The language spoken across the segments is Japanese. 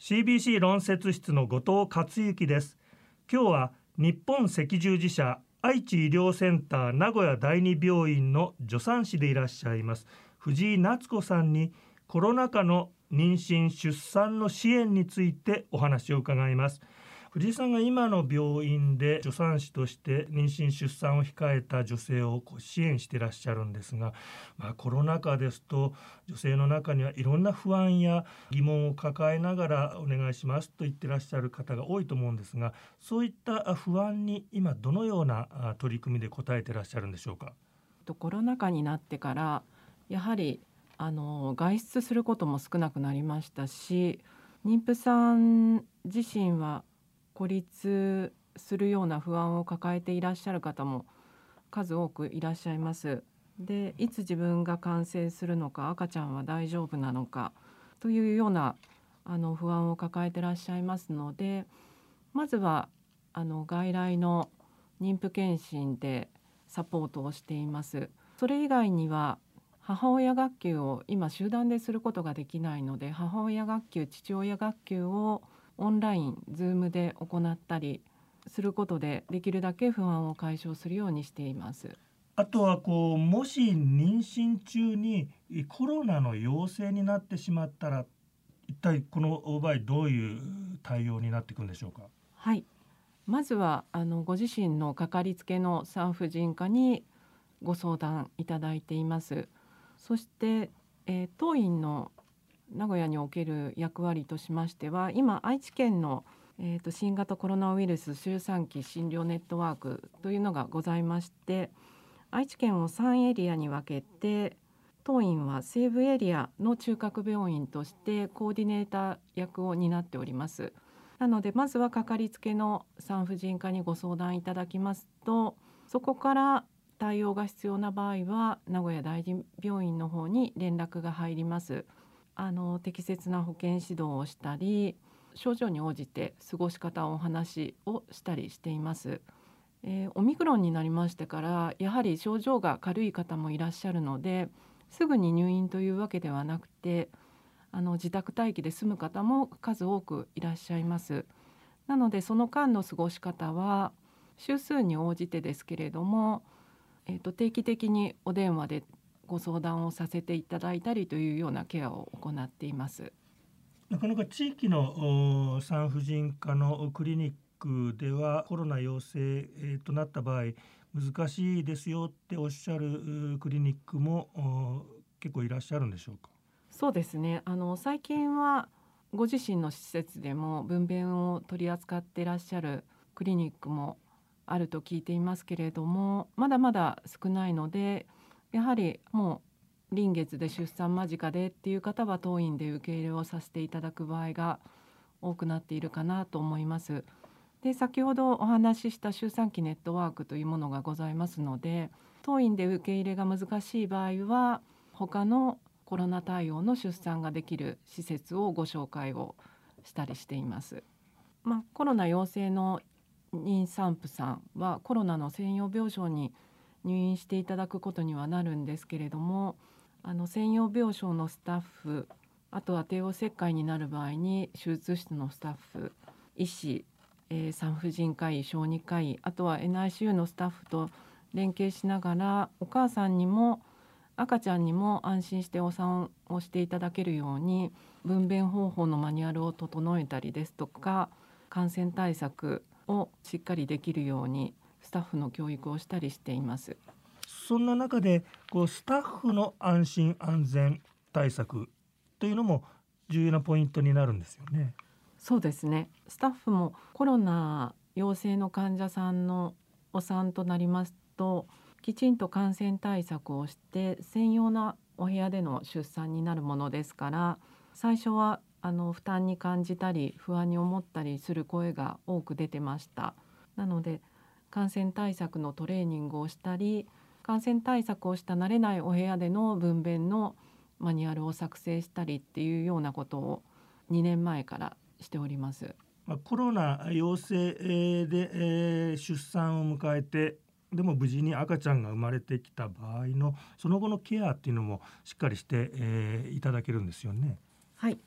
CBC 論説室の後藤克之です。今日は日本赤十字社愛知医療センター名古屋第二病院の助産師でいらっしゃいます藤井夏子さんにコロナ禍の妊娠出産の支援についてお話を伺います。藤井さんが今の病院で助産師として妊娠出産を控えた女性を支援していらっしゃるんですが、コロナ禍ですと女性の中にはいろんな不安や疑問を抱えながらお願いしますと言ってらっしゃる方が多いと思うんですが、そういった不安に今どのような取り組みで応えてらっしゃるんでしょうか。 コロナ禍になってからやはり外出することも少なくなりましたし、妊婦さん自身は孤立するような不安を抱えていらっしゃる方も数多くいらっしゃいます。で、いつ自分が感染するのか、赤ちゃんは大丈夫なのかというような不安を抱えてらっしゃいますので、まずは外来の妊婦検診でサポートをしています。それ以外には母親学級を今集団ですることができないので、母親学級、父親学級をオンライン、Zoom で行ったりすることでできるだけ不安を解消するようにしています。 あとはもし妊娠中にコロナの陽性になってしまったら、一体この場合どういう対応になっていくんでしょうか。 はい、まずはご自身のかかりつけの産婦人科にご相談いただいています。そして、当院の名古屋における役割としましては、今愛知県の、新型コロナウイルス周産期診療ネットワークというのがございまして、愛知県を3エリアに分けて、当院は西部エリアの中核病院としてコーディネーター役を担っております。なのでまずはかかりつけの産婦人科にご相談いただきますと、そこから対応が必要な場合は名古屋第二病院の方に連絡が入ります。適切な保健指導をしたり、症状に応じて過ごし方をお話をしたりしています。オミクロンになりましてからやはり症状が軽い方もいらっしゃるので、すぐに入院というわけではなくて自宅待機で済む方も数多くいらっしゃいます。なのでその間の過ごし方は週数に応じてですけれども、定期的にお電話でご相談をさせていただいたりというようなケアを行っています。 なかなか地域の産婦人科のクリニックではコロナ陽性となった場合難しいですよっておっしゃるクリニックも結構いらっしゃるんでしょうか。 そうですね、最近はご自身の施設でも分娩を取り扱っていらっしゃるクリニックもあると聞いていますけれども、まだまだ少ないので、やはりもう臨月で出産間近でっていう方は当院で受け入れをさせていただく場合が多くなっているかなと思います。で、先ほどお話しした周産期ネットワークというものがございますので、当院で受け入れが難しい場合は他のコロナ対応の出産ができる施設をご紹介をしたりしています。コロナ陽性の妊産婦さんはコロナの専用病床に入院していただくことにはなるんですけれども、専用病床のスタッフ、あとは帝王切開になる場合に手術室のスタッフ、医師、産婦人科医、小児科医、あとは NICU のスタッフと連携しながら、お母さんにも赤ちゃんにも安心してお産をしていただけるように分娩方法のマニュアルを整えたりですとか、感染対策をしっかりできるようにスタッフの教育をしたりしています。 そんな中でスタッフの安心安全対策というのも重要なポイントになるんですよね。 そうですね、スタッフもコロナ陽性の患者さんのお産となりますと、きちんと感染対策をして専用なお部屋での出産になるものですから、最初は負担に感じたり不安に思ったりする声が多く出てました。なので感染対策のトレーニングをしたり、感染対策をした慣れないお部屋での分娩のマニュアルを作成したりっていうようなことを2年前からしております。 コロナ陽性で出産を迎えて、でも無事に赤ちゃんが生まれてきた場合のその後のケアっていうのもしっかりしていただけるんですよね。 はい、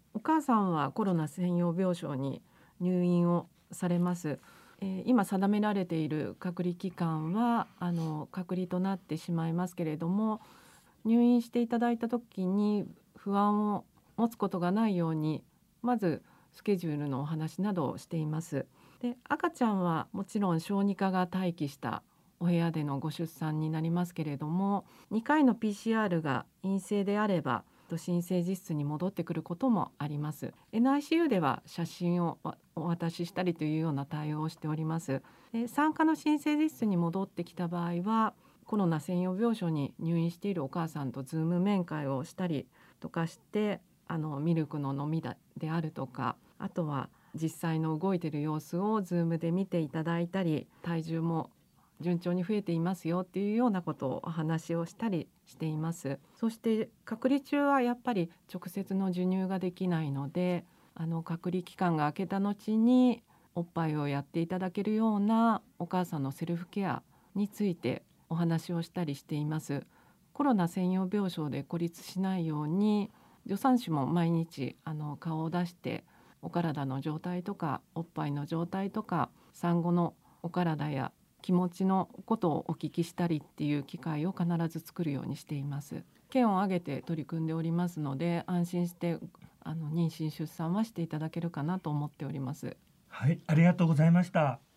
お母さんはコロナ専用病床に入院をされます。今定められている隔離期間は隔離となってしまいますけれども、入院していただいた時に不安を持つことがないように、まずスケジュールのお話などをしています。で、赤ちゃんはもちろん小児科が待機したお部屋でのご出産になりますけれども、2回の PCR が陰性であれば新生児室に戻ってくることもあります。 NICU では写真をお渡ししたりというような対応をしております。で、産科の新生児室に戻ってきた場合はコロナ専用病床に入院しているお母さんとズーム面会をしたりとかして、ミルクの飲みであるとか、あとは実際の動いている様子をズームで見ていただいたり、体重も順調に増えていますよっていうようなことをお話をしたりしています。そして隔離中はやっぱり直接の授乳ができないので、隔離期間が明けた後におっぱいをやっていただけるようなお母さんのセルフケアについてお話をしたりしています。コロナ専用病床で孤立しないように、助産師も毎日顔を出してお体の状態とかおっぱいの状態とか産後のお体や気持ちのことをお聞きしたりっていう機会を必ず作るようにしています。県を挙げて取り組んでおりますので、安心して妊娠出産はしていただけるかなと思っております。 はい、ありがとうございました。